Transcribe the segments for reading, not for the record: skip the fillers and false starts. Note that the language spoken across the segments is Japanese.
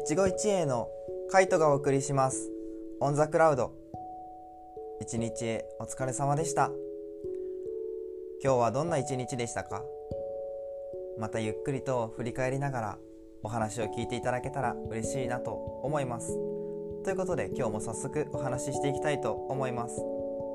一期一会のカイトがお送りします。オンザクラウド。一日お疲れ様でした。今日はどんな一日でしたか？またゆっくりと振り返りながらお話を聞いていただけたら嬉しいなと思います。ということで今日も早速お話ししていきたいと思います。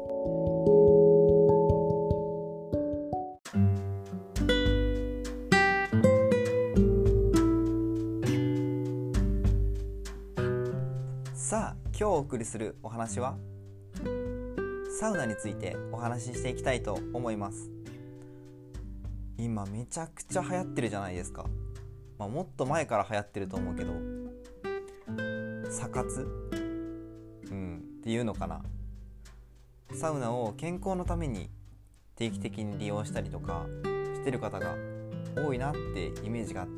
さあ今日お送りするお話はサウナについてお話ししていきたいと思います。今めちゃくちゃ流行ってるじゃないですか。もっと前から流行ってると思うけど、サ活っていうのかな。サウナを健康のために定期的に利用したりとかしてる方が多いなってイメージがあって、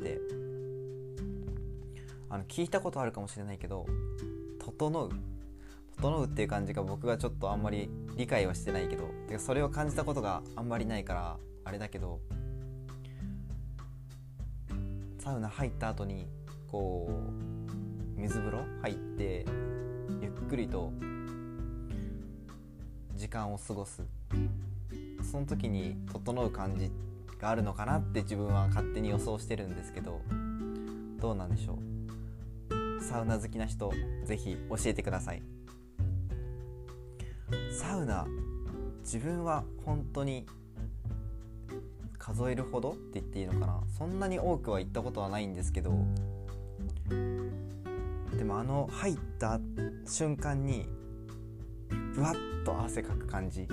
聞いたことあるかもしれないけど、整うっていう感じが僕がちょっとあんまり理解はしてないけど、それを感じたことがあんまりないからあれだけど、サウナ入った後に水風呂入ってゆっくりと時間を過ごす、その時に整う感じがあるのかなって自分は勝手に予想してるんですけど、どうなんでしょう。サウナ好きな人ぜひ教えてください。サウナ、自分は本当に数えるほどって言っていいのかな、そんなに多くは行ったことはないんですけど、でも入った瞬間にぶわっと汗かく感じ、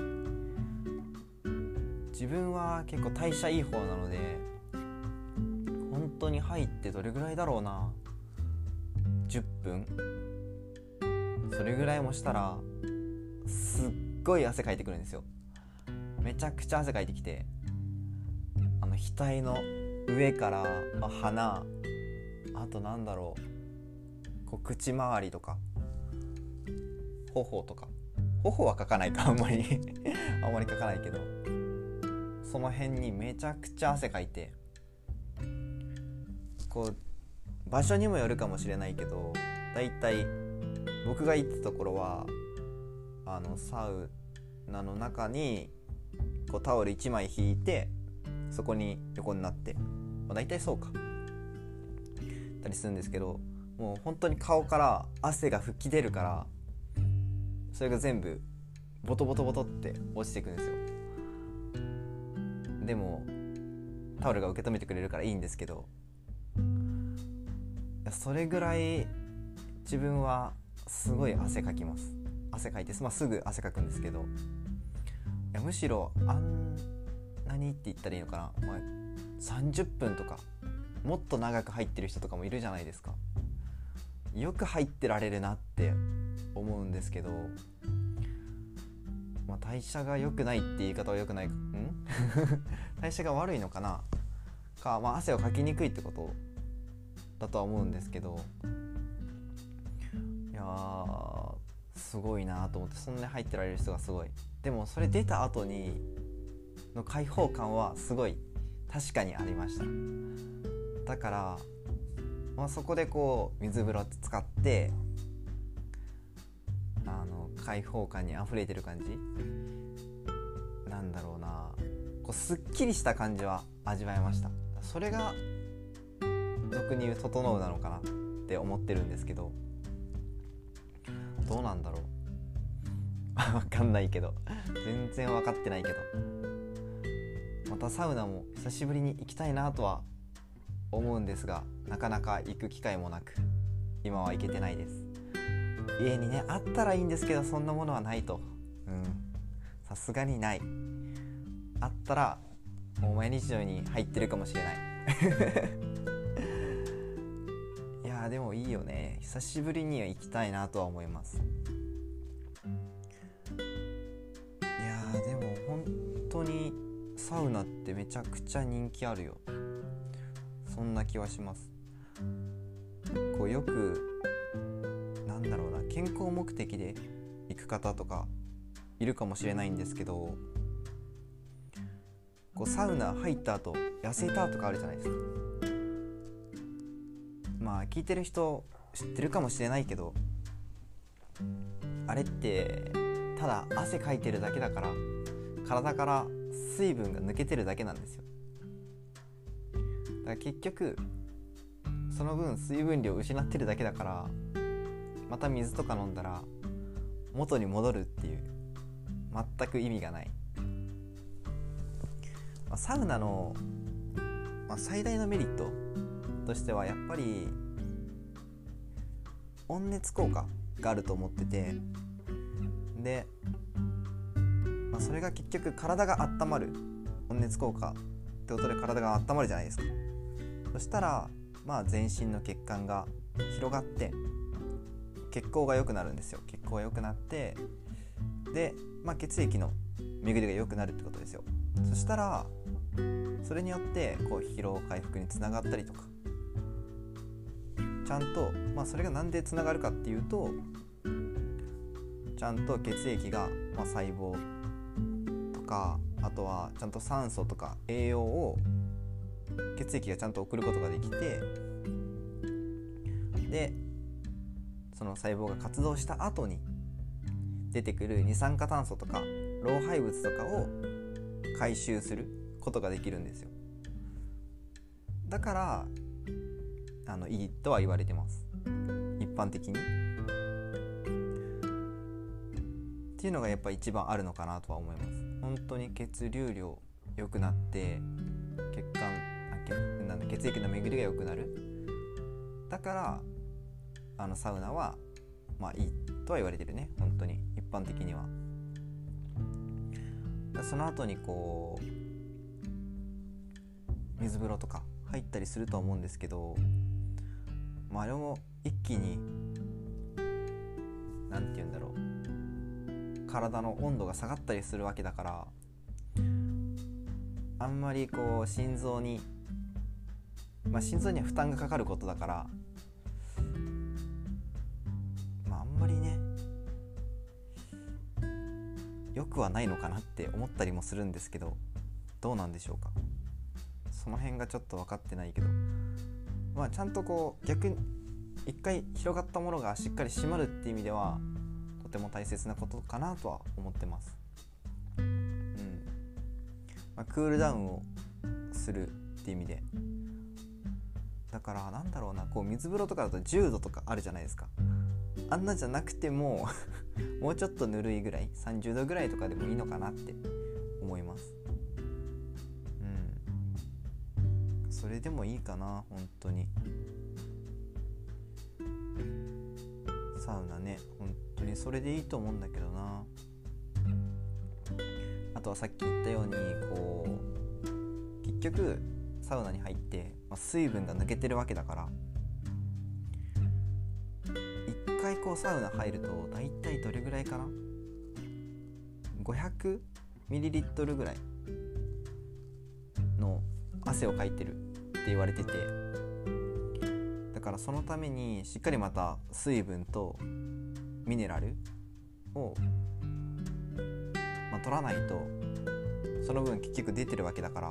自分は結構代謝いい方なので、本当に入ってどれぐらいだろうな、10分それぐらいもしたらすっごい汗かいてくるんですよ。めちゃくちゃ汗かいてきて、額の上から鼻、あと口周りとか頬とか、頬はかかないかあんまりかかないけど、その辺にめちゃくちゃ汗かいて、場所にもよるかもしれないけど、だいたい僕が行ってたところはサウナの中にタオル1枚引いて、そこに横になって、だいたいそうかたりするんですけど、もう本当に顔から汗が吹き出るから、それが全部ボトボトボトって落ちていくんですよ。でもタオルが受け止めてくれるからいいんですけど、それぐらい自分はすごい汗かきます。汗かいて、すぐ汗かくんですけど、むしろ何って言ったらいいのかな、30分とかもっと長く入ってる人とかもいるじゃないですか。よく入ってられるなって思うんですけど、代謝が良くないって言い方は良くない代謝が悪いのかな汗をかきにくいってことだとは思うんですけど、いやーすごいなと思って、そんなに入ってられる人がすごい。でもそれ出た後にの解放感はすごい確かにありました。だから、そこで水風呂使って解放感にあふれてる感じなんだろうな、すっきりした感じは味わえました。それが俗に言う整うなのかなって思ってるんですけど、どうなんだろうわかんないけど、全然わかってないけど、またサウナも久しぶりに行きたいなとは思うんですが、なかなか行く機会もなく今は行けてないです。家にねあったらいいんですけど、そんなものはないと、さすがにない。あったらもう毎日のように入ってるかもしれないいやでもいいよね、久しぶりには行きたいなとは思います。いやでも本当にサウナってめちゃくちゃ人気あるよ、そんな気はします。よく健康目的で行く方とかいるかもしれないんですけど、サウナ入った後痩せたとかあるじゃないですか。聞いてる人知ってるかもしれないけど、あれってただ汗かいてるだけだから、体から水分が抜けてるだけなんですよ。だから結局その分水分量を失ってるだけだから、また水とか飲んだら元に戻るっていう、全く意味がない。サウナの、最大のメリットとしてはやっぱり温熱効果があると思ってて、で、それが結局体が温まる、温熱効果ってことで体が温まるじゃないですか。そしたら全身の血管が広がって血行が良くなるんですよ。血行が良くなって、で、血液の巡りが良くなるってことですよ。そしたらそれによって疲労回復につながったりとか、ちゃんと、それがなんでつながるかっていうと、ちゃんと血液が、細胞とか、あとはちゃんと酸素とか栄養を血液がちゃんと送ることができて、でその細胞が活動した後に出てくる二酸化炭素とか老廃物とかを回収することができるんですよ。だからいいとは言われてます、一般的に。っていうのがやっぱ一番あるのかなとは思います。本当に血流量良くなって血液の巡りが良くなる。だからサウナはいいとは言われてるね、本当に一般的には。その後に水風呂とか入ったりすると思うんですけど、あれも一気に体の温度が下がったりするわけだから、あんまり心臓には負担がかかることだから、あんまりね良くはないのかなって思ったりもするんですけど、どうなんでしょうか。その辺がちょっと分かってないけど、ちゃんと逆に一回広がったものがしっかり締まるっていう意味ではとても大切なことかなとは思ってます。クールダウンをするっていう意味で、だから水風呂とかだと10度とかあるじゃないですか。あんなじゃなくてももうちょっとぬるいぐらい、30度ぐらいとかでもいいのかなって思います。それでもいいかな、本当に。サウナね、本当にそれでいいと思うんだけどな。あとはさっき言ったように結局サウナに入って、水分が抜けてるわけだから、一回サウナ入るとだいたいどれぐらいかな、500ミリリットルぐらいの汗をかいてるって言われてて、だからそのためにしっかりまた水分とミネラルを、取らないとその分結局出てるわけだから、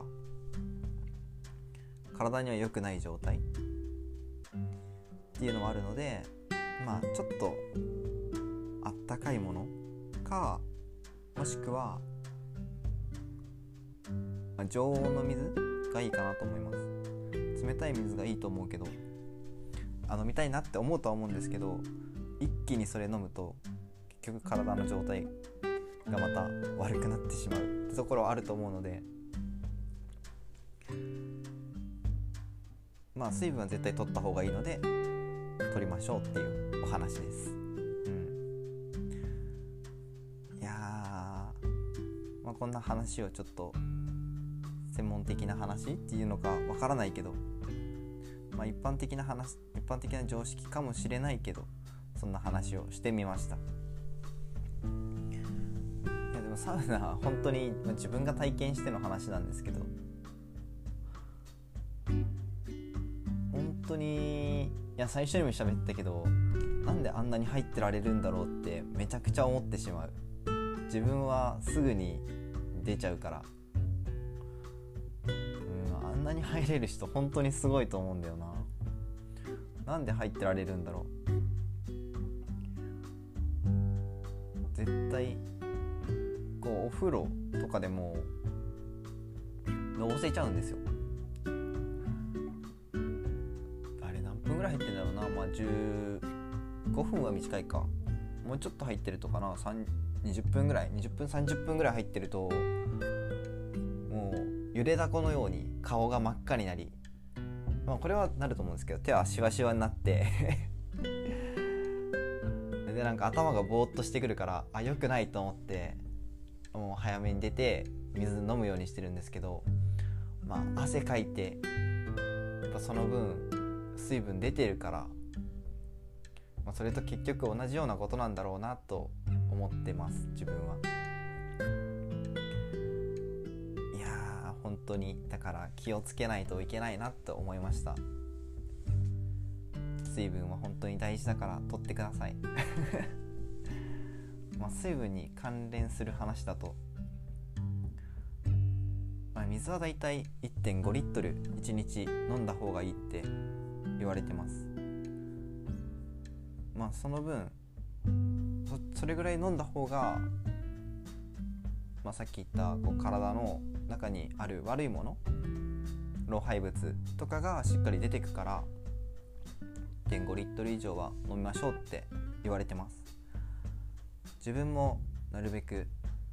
体には良くない状態っていうのもあるので、ちょっとあったかいものか、もしくは、常温の水がいいかなと思います。冷たい水がいいと思うけど、飲みたいなって思うとは思うんですけど、一気にそれ飲むと結局体の状態がまた悪くなってしまうってところはあると思うので、水分は絶対取った方がいいので取りましょうっていうお話です。いやこんな話をちょっと専門的な話っていうのかわからないけど、一般的な常識かもしれないけど、そんな話をしてみました。いやでもサウナ本当に自分が体験しての話なんですけど、本当に最初にも喋ったけど、なんであんなに入ってられるんだろうってめちゃくちゃ思ってしまう。自分はすぐに出ちゃうから、あんなに入れる人本当にすごいと思うんだよな。なんで入ってられるんだろう。 絶対こうお風呂とかでものぼせちゃうんですよ。あれ何分ぐらい入ってんだろうな。まあ15分は短いか、もうちょっと入ってるとかな、20分ぐらい、20分30分ぐらい入ってるともうゆでだこのように顔が真っ赤になり、まあこれはなると思うんですけど、手はシワシワになってでなんか頭がぼーっとしてくるから、良くないと思ってもう早めに出て水飲むようにしてるんですけど、まあ汗かいてやっぱその分水分出てるから、まあ、それと結局同じようなことなんだろうなと思ってます自分は。いやー本当にだから気をつけないといけないなと思いました。水分は本当に大事だから取ってくださいまあ水分に関連する話だと、水はだいたい 1.5 リットル1日飲んだ方がいいって言われてます。まあその分 それぐらい飲んだ方が、まあ、さっき言ったこう体の中にある悪いもの、老廃物とかがしっかり出てくから 1.5 リットル以上は飲みましょうって言われてます。自分もなるべく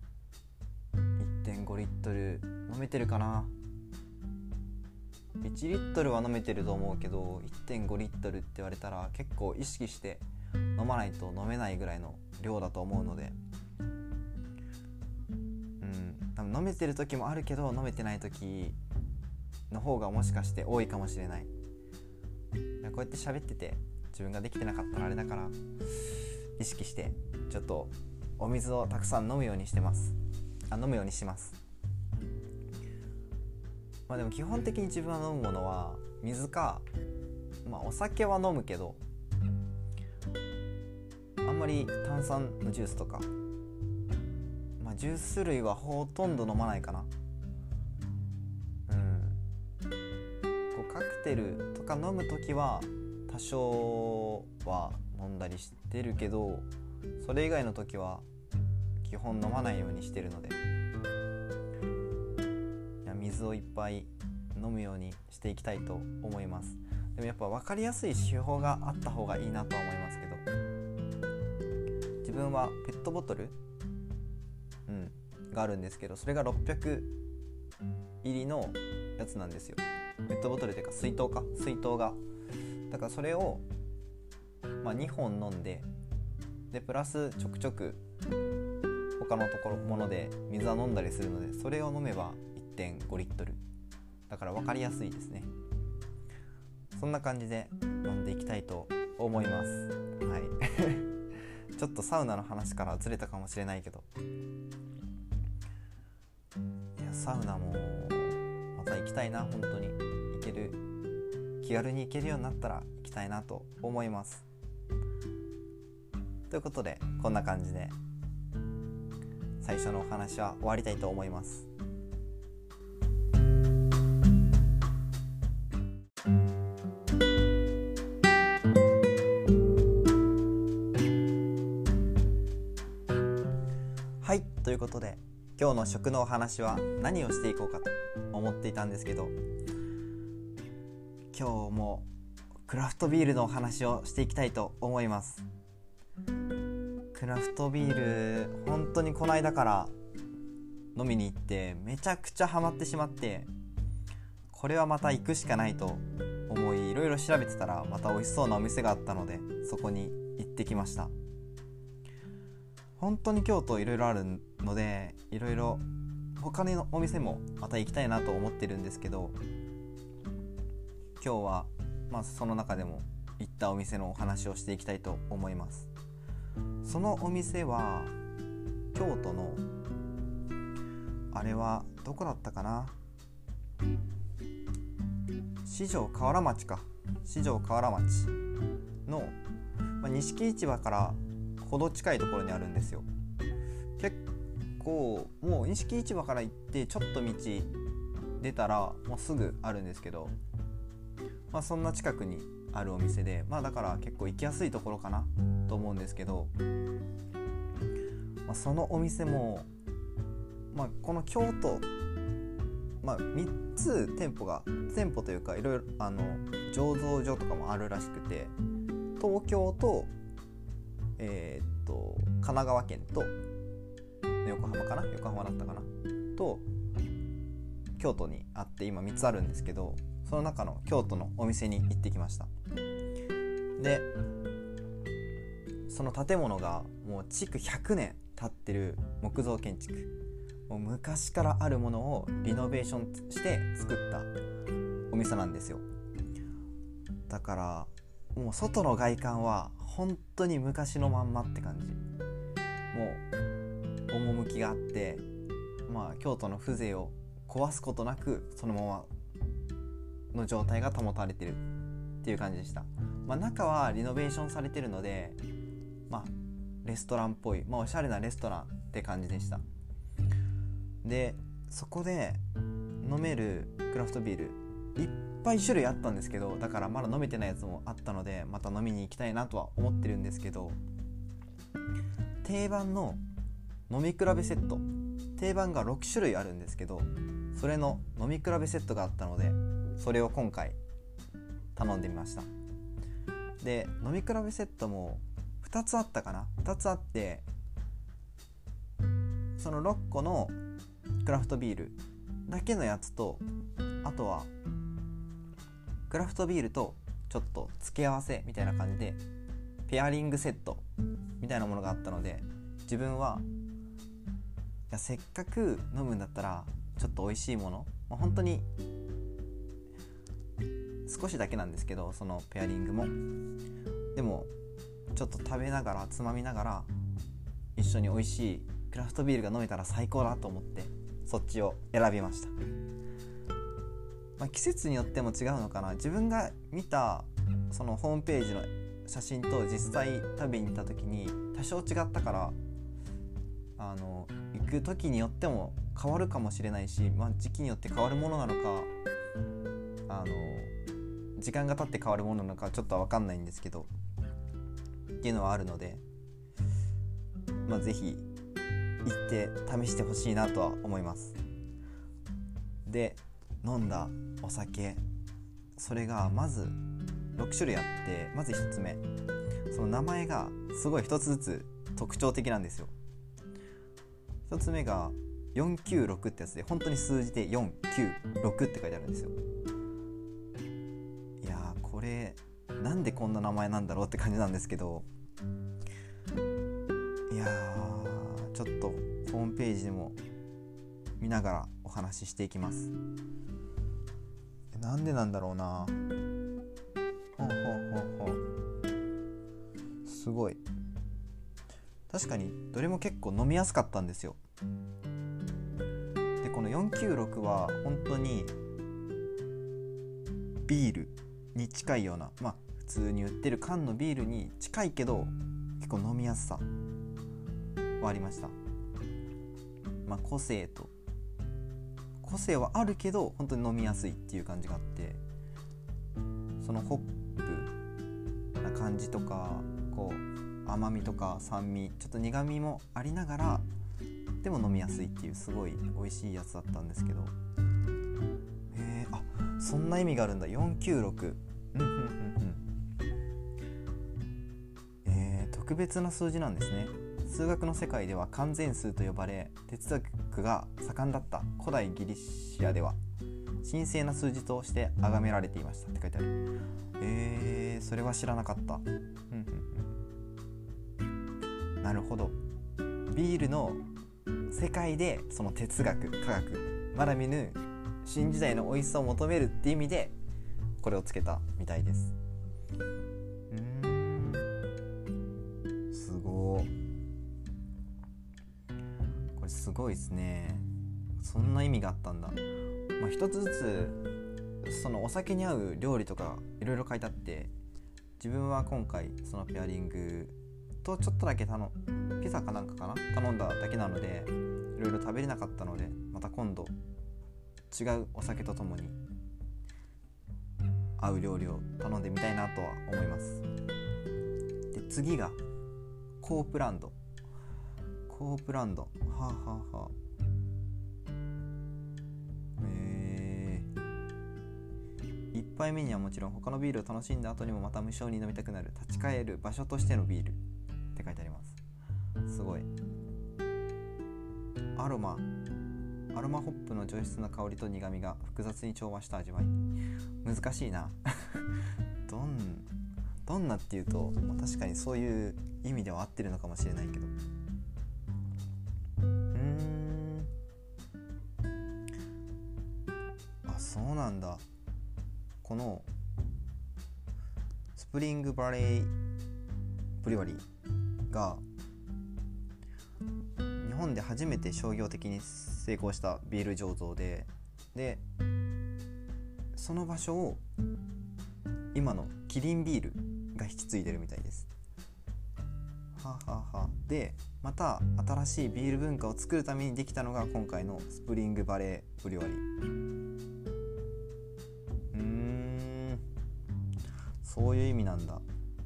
1.5 リットル飲めてるかな。1リットルは飲めてると思うけど 1.5 リットルって言われたら結構意識して飲まないと飲めないぐらいの量だと思うので、多分飲めてる時もあるけど飲めてない時の方がもしかして多いかもしれない。こうやって喋ってて自分ができてなかったらあれだから、意識してちょっとお水をたくさん飲むようにしてます。飲むようにします。まあでも基本的に自分は飲むものは水か、まあお酒は飲むけどあんまり炭酸のジュースとか、まあジュース類はほとんど飲まないかな。こうカクテルとか飲むときは多少は飲んだりしてるけど、それ以外のときは基本飲まないようにしてるので、水をいっぱい飲むようにしていきたいと思います。でもやっぱ分かりやすい指標があった方がいいなとは思いますけど、自分はペットボトル、があるんですけど、それが600入りのやつなんですよ。ペットボトルというか水筒がだからそれを、2本飲んで、プラスちょくちょく他のもので水は飲んだりするので、それを飲めば 1.5 リットルだから分かりやすいですね。そんな感じで飲んでいきたいと思います。はいちょっとサウナの話からずれたかもしれないけど、いやサウナもまた行きたいな。本当に気軽に行けるようになったら行きたいなと思います。ということでこんな感じで最初のお話は終わりたいと思います。はい、ということで今日の食のお話は何をしていこうかと思っていたんですけど、今日もクラフトビールのお話をしていきたいと思います。クラフトビール本当にこの間から飲みに行ってめちゃくちゃハマってしまって、これはまた行くしかないと思い、いろいろ調べてたらまた美味しそうなお店があったのでそこに行ってきました。本当に京都いろいろあるので、いろいろ他のお店もまた行きたいなと思ってるんですけど、今日はその中でも行ったお店のお話をしていきたいと思います。そのお店は京都のあれはどこだったかな、四条河原町の、錦市場からほど近いところにあるんですよ。結構もう錦市場から行ってちょっと道出たらもうすぐあるんですけど、そんな近くにあるお店で、だから結構行きやすいところかなと思うんですけど、 そのお店も、この京都、3つ店舗というかいろいろ醸造所とかもあるらしくて、東京と神奈川県と横浜だったかなと京都にあって、今3つあるんですけど、その中の京都のお店に行ってきました。でその建物がもう築100年経ってる木造建築、もう昔からあるものをリノベーションして作ったお店なんですよ。だからもう外の外観は本当に昔のまんまって感じ。もう趣があって、京都の風情を壊すことなくそのままの状態が保たれてるっていう感じでした。中はリノベーションされてるので、レストランっぽい、おしゃれなレストランって感じでした。でそこで飲めるクラフトビールいっぱい種類あったんですけど、だからまだ飲めてないやつもあったので、また飲みに行きたいなとは思ってるんですけど、定番の飲み比べセット、定番が6種類あるんですけど、それの飲み比べセットがあったので、それを今回頼んでみました。で飲み比べセットも2つあったかな、2つあって、その6個のクラフトビールだけのやつと、あとはクラフトビールとちょっと付け合わせみたいな感じでペアリングセットみたいなものがあったので、自分はいやせっかく飲むんだったらちょっと美味しいもの、本当に少しだけなんですけど、そのペアリングもでもちょっと食べながらつまみながら一緒に美味しいクラフトビールが飲めたら最高だと思ってそっちを選びました。季節によっても違うのかな。自分が見たそのホームページの写真と実際食べに行った時に多少違ったから、行く時によっても変わるかもしれないし、時期によって変わるものなのか、時間が経って変わるものなのかちょっと分かんないんですけどっていうのはあるので、ぜひ行って試してほしいなとは思います。で飲んだお酒、それがまず6種類あって、まず1つ目、その名前がすごい1つずつ特徴的なんですよ。1つ目が496ってやつで、本当に数字で496って書いてあるんですよ。いやー、これなんでこんな名前なんだろうって感じなんですけど、いやーちょっとホームページでも見ながらお話ししていきます。なんでなんだろうな。すごい、確かにどれも結構飲みやすかったんですよ。でこの496は本当にビールに近いような、普通に売ってる缶のビールに近いけど結構飲みやすさはありました。個性はあるけど本当に飲みやすいっていう感じがあって、そのホップな感じとか、甘みとか酸味、ちょっと苦みもありながらでも飲みやすいっていう、すごい美味しいやつだったんですけど、そんな意味があるんだ。496、特別な数字なんですね。数学の世界では完全数と呼ばれ、哲学が盛んだった古代ギリシアでは神聖な数字として崇められていましたって書いてある。それは知らなかった。なるほど。ビールの世界でその哲学、科学、まだ見ぬ新時代の美味しさを求めるって意味でこれをつけたみたいです。すごい。これすごいですね。そんな意味があったんだ。一つずつそのお酒に合う料理とかいろいろ書いてあって、自分は今回そのペアリングとちょっとだけピザかなんかかな頼んだだけなので、いろいろ食べれなかったので、また今度違うお酒とともに合う料理を頼んでみたいなとは思います。で次がコープランドコープランド、はあはあはあ、一杯目にはもちろん他のビールを楽しんだ後にもまた無性に飲みたくなる立ち返る場所としてのビールって書いてあります。すごい。アロマホップの上質な香りと苦みが複雑に調和した味わい。難しいなどんなっていうと、確かにそういう意味では合ってるのかもしれないけど、そうなんだ。このスプリングバレーブリュワリーが日本で初めて商業的に成功したビール醸造で、その場所を今のキリンビールが引き継いでるみたいです。でまた新しいビール文化を作るためにできたのが今回のスプリングバレーブリュワリー。そういう意味なんだ。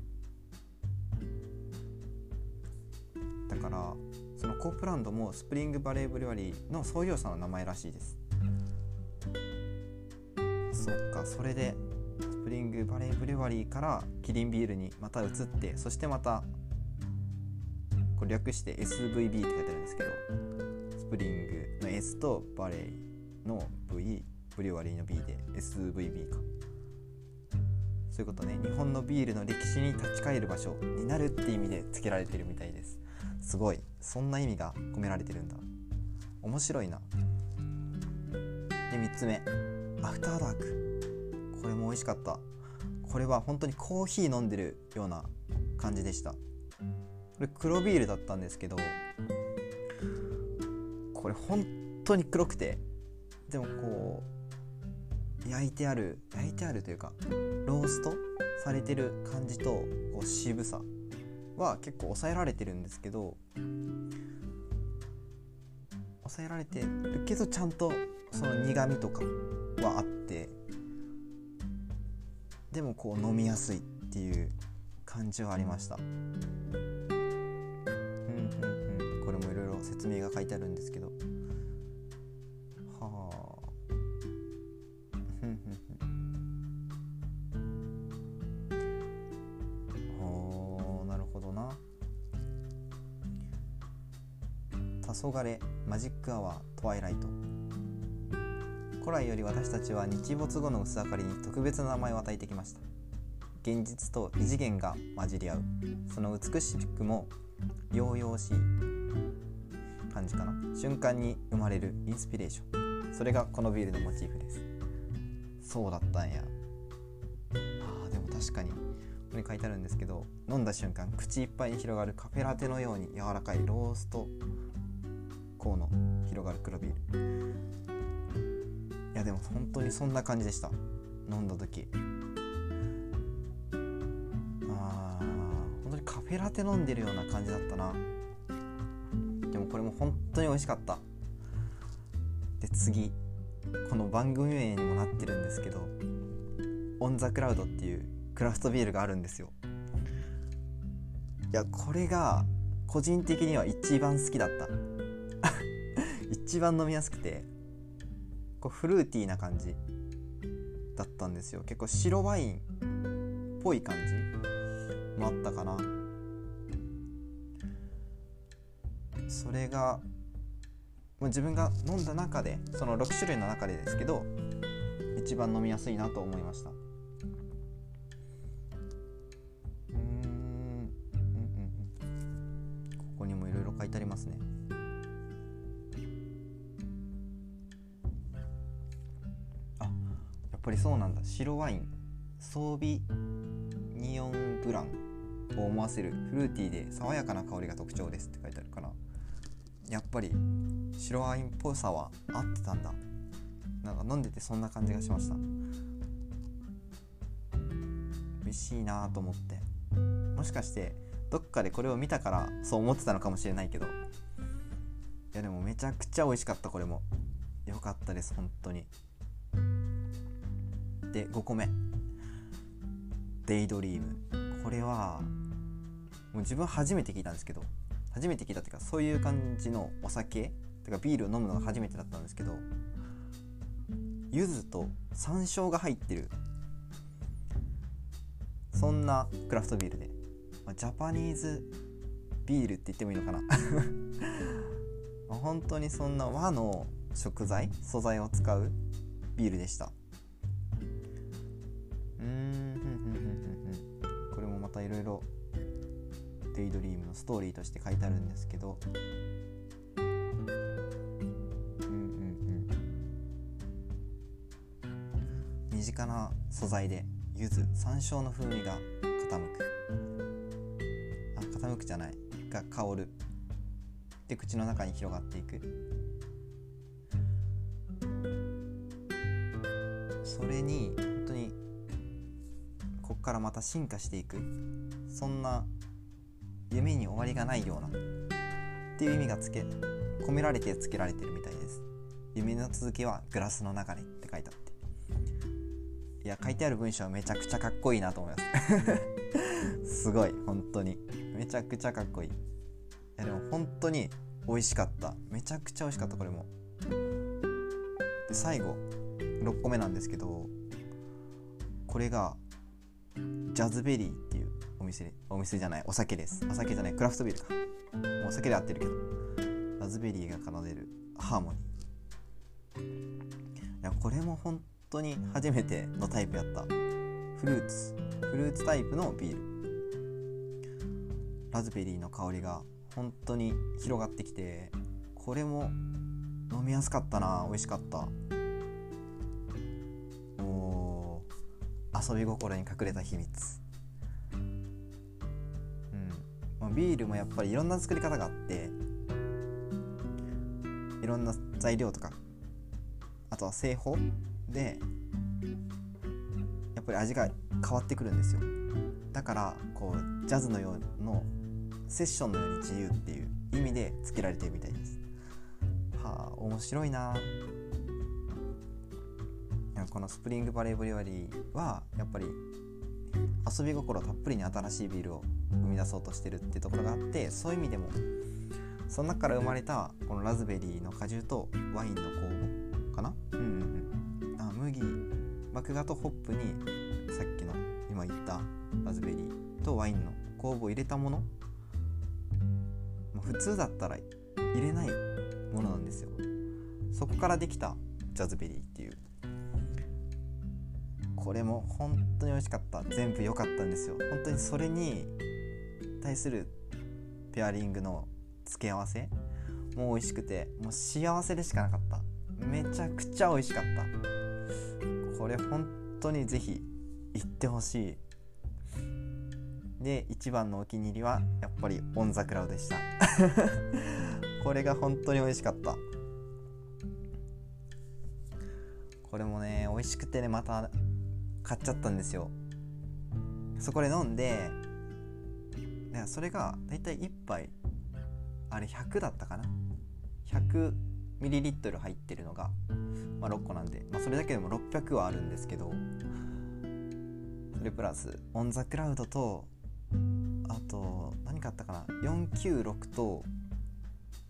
だからそのコープランドもスプリングバレーブリュワリーの創業者の名前らしいです。そっか、それでスプリングバレーブリュワリーからキリンビールにまた移って、そしてまたこれ略して SVB って書いてあるんですけど、スプリングの S とバレーの V、 ブリュワリーの B で SVB か。そういうことね。日本のビールの歴史に立ち返る場所になるって意味で付けられてるみたいです。すごい、そんな意味が込められてるんだ。面白いな。で3つ目、アフターダーク。これも美味しかった。これは本当にコーヒー飲んでるような感じでした。これ黒ビールだったんですけど、これ本当に黒くて、でもこう焼いてあるというかローストされてる感じとこう渋さは結構抑えられてるんですけど、抑えられてるけどちゃんとその苦味とかはあって、でもこう飲みやすいっていう感じはありました。これもいろいろ説明が書いてあるんですけど、なるほどな。黄昏マジックアワートワイライト。古来より私たちは日没後の薄明かりに特別な名前を与えてきました。現実と異次元が混じり合う、その美しくもよ々しい感じかな、瞬間に生まれるインスピレーション、それがこのビールのモチーフです。そうだったんや。でも確かにここに書いてあるんですけど、飲んだ瞬間口いっぱいに広がるカフェラテのように柔らかいロースト香の広がる黒ビール。いやでも本当にそんな感じでした。飲んだ時本当にカフェラテ飲んでるような感じだったな。でもこれも本当に美味しかった。で次、この番組名にもなってるんですけど、オンザクラウドっていうクラフトビールがあるんですよ。いやこれが個人的には一番好きだった一番飲みやすくて、こうフルーティーな感じだったんですよ。結構白ワインっぽい感じもあったかな。それがもう自分が飲んだ中で、その6種類の中でですけど一番飲みやすいなと思いました。ここにもいろいろ書いてありますね。やっぱりそうなんだ。白ワインソービニオンブランを思わせるフルーティーで爽やかな香りが特徴ですって書いてあるから、やっぱり白ワインっぽさは合ってたんだ。なんか飲んでてそんな感じがしました。美味しいなと思って、もしかしてどっかでこれを見たからそう思ってたのかもしれないけど、いやでもめちゃくちゃ美味しかった。これも良かったです本当に。で5個目、デイドリーム。これはもう自分初めて聞いたんですけど、 初めて聞いたっていうか、そういう感じのお酒とかビールを飲むのが初めてだったんですけど、柚子と山椒が入ってる、そんなクラフトビールで、ジャパニーズビールって言ってもいいのかな本当にそんな和の素材を使うビールでした。これもまたいろいろデイドリームのストーリーとして書いてあるんですけど、身近な素材で柚子、山椒の風味が傾くじゃないが香るで口の中に広がっていく。それに本当にこっからまた進化していく、そんな夢に終わりがないようなっていう意味が込められて付けられてるみたいです。夢の続きはグラスの流れって書いてあって、いや書いてある文章はめちゃくちゃかっこいいなと思いますすごい、本当にめちゃくちゃかっこいい。いやでも本当に美味しかった、めちゃくちゃ美味しかった。これもで最後6個目なんですけど、これがジャズベリーっていうお店じゃない、お酒です。お酒じゃない、クラフトビールか。もうお酒で合ってるけど、ラズベリーが奏でるハーモニー。いやこれも本当に初めてのタイプやった。フルーツタイプのビール。ラズベリーの香りが本当に広がってきて、これも飲みやすかったな、美味しかった。遊び心に隠れた秘密。ビールもやっぱりいろんな作り方があって、いろんな材料とか、あとは製法でやっぱり味が変わってくるんですよ。だからこうジャズのようのセッションのように自由っていう意味で付けられているみたいです。はあ、面白いな。このスプリングバレーブリュワリーはやっぱり遊び心たっぷりに新しいビールを生み出そうとしてるっていうところがあって、そういう意味でもその中から生まれたこのラズベリーの果汁とワインの酵母かな、麦、麦芽とホップにさっきの今言ったラズベリーとワインの酵母を入れたもの、普通だったら入れないものなんですよ。そこからできたジャズベリーっていう、これも本当に美味しかった。全部良かったんですよ。本当にそれに対するペアリングの付け合わせもう美味しくて、もう幸せでしかなかった。めちゃくちゃ美味しかった。これ本当にぜひ行ってほしい。で一番のお気に入りはやっぱりオンザクラウドでしたこれが本当に美味しかった。これもね美味しくてね、また買っちゃったんですよ。そこで飲んで、それがだいたい1杯あれ100だったかな、100ml 入ってるのが、6個なんで、それだけでも600はあるんですけど、それプラスオンザクラウドと、あと何買ったかな、496とあ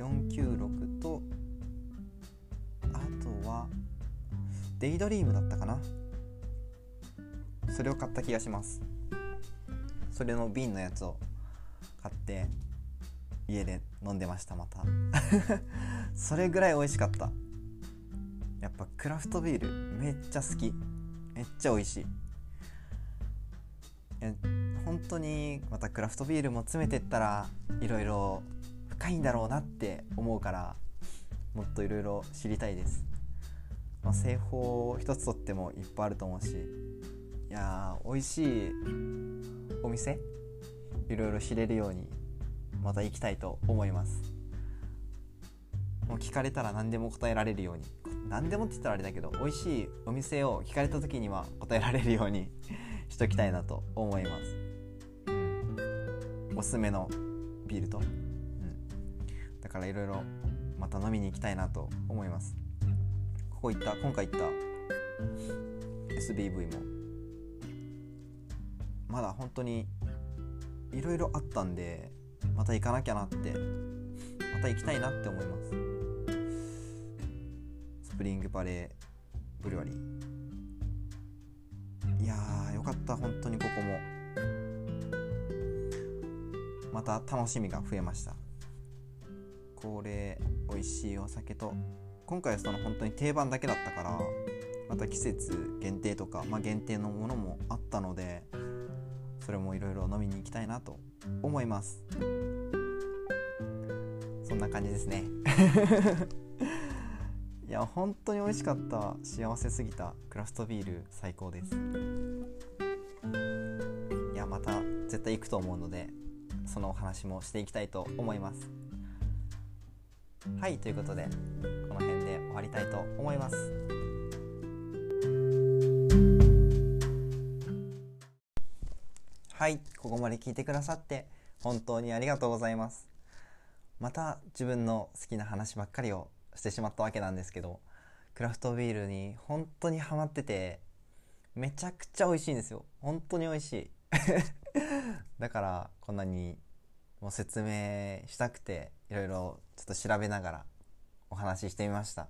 とはデイドリームだったかな、それを買った気がします。それの瓶のやつを買って家で飲んでました。またそれぐらい美味しかった。やっぱクラフトビールめっちゃ好き、めっちゃ美味しい。本当にまたクラフトビールも詰めてったらいろいろ深いんだろうなって思うから、もっといろいろ知りたいです。製法一つとってもいっぱいあると思うし、いや美味しいお店いろいろ知れるようにまた行きたいと思います。もう聞かれたら何でも答えられるように、何でもって言ったらあれだけど、美味しいお店を聞かれた時には答えられるようにしときたいなと思います。おすすめのビールと、だからいろいろまた飲みに行きたいなと思います。今回行った SBV もまだ本当にいろいろあったんで、 また行かなきゃなって、また行きたいなって思います。スプリングバレーブリュワリー、いやーよかった。本当にここもまた楽しみが増えました。これ美味しいお酒と、今回はその本当に定番だけだったから、また季節限定とか、限定のものもあったので、それもいろいろ飲みに行きたいなと思います。そんな感じですねいや本当に美味しかった。幸せすぎた。クラフトビール最高です。いやまた絶対行くと思うので、そのお話もしていきたいと思います。はい、ということでこの辺で終わりたいと思います。はい、ここまで聞いてくださって本当にありがとうございます。また自分の好きな話ばっかりをしてしまったわけなんですけど、クラフトビールに本当にハマってて、めちゃくちゃ美味しいんですよ。本当に美味しいだからこんなにもう説明したくて、いろいろちょっと調べながらお話ししてみました。い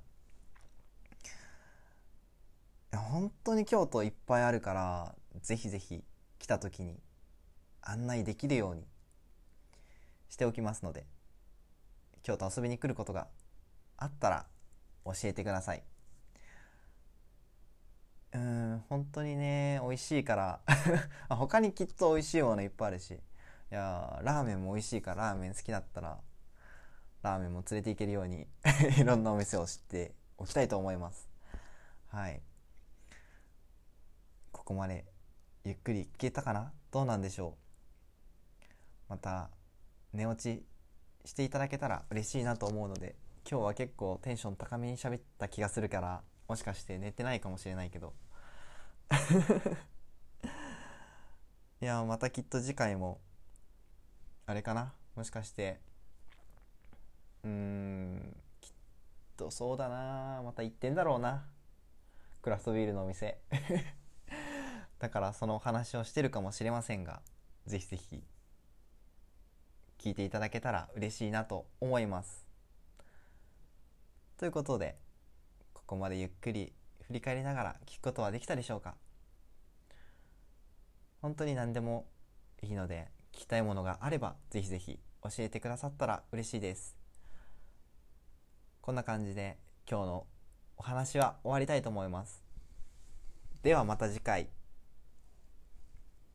や本当に京都いっぱいあるから、ぜひぜひ来た時に案内できるようにしておきますので、京都遊びに来ることがあったら教えてください。本当にね美味しいから他にきっと美味しいものいっぱいあるし、いやラーメンも美味しいから、ラーメン好きだったらラーメンも連れて行けるようにいろんなお店を知っておきたいと思います。はい、ここまでゆっくり聞けたかな。どうなんでしょう。また寝落ちしていただけたら嬉しいなと思うので、今日は結構テンション高めに喋った気がするから、もしかして寝てないかもしれないけどいやまたきっと次回もあれかな、もしかしてきっとそうだな、また行ってんだろうな、クラフトビールのお店だからそのお話をしてるかもしれませんが、ぜひぜひ聞いていただけたら嬉しいなと思います。ということで、ここまでゆっくり振り返りながら聞くことはできたでしょうか。本当に何でもいいので、聞きたいものがあればぜひぜひ教えてくださったら嬉しいです。こんな感じで今日のお話は終わりたいと思います。ではまた次回。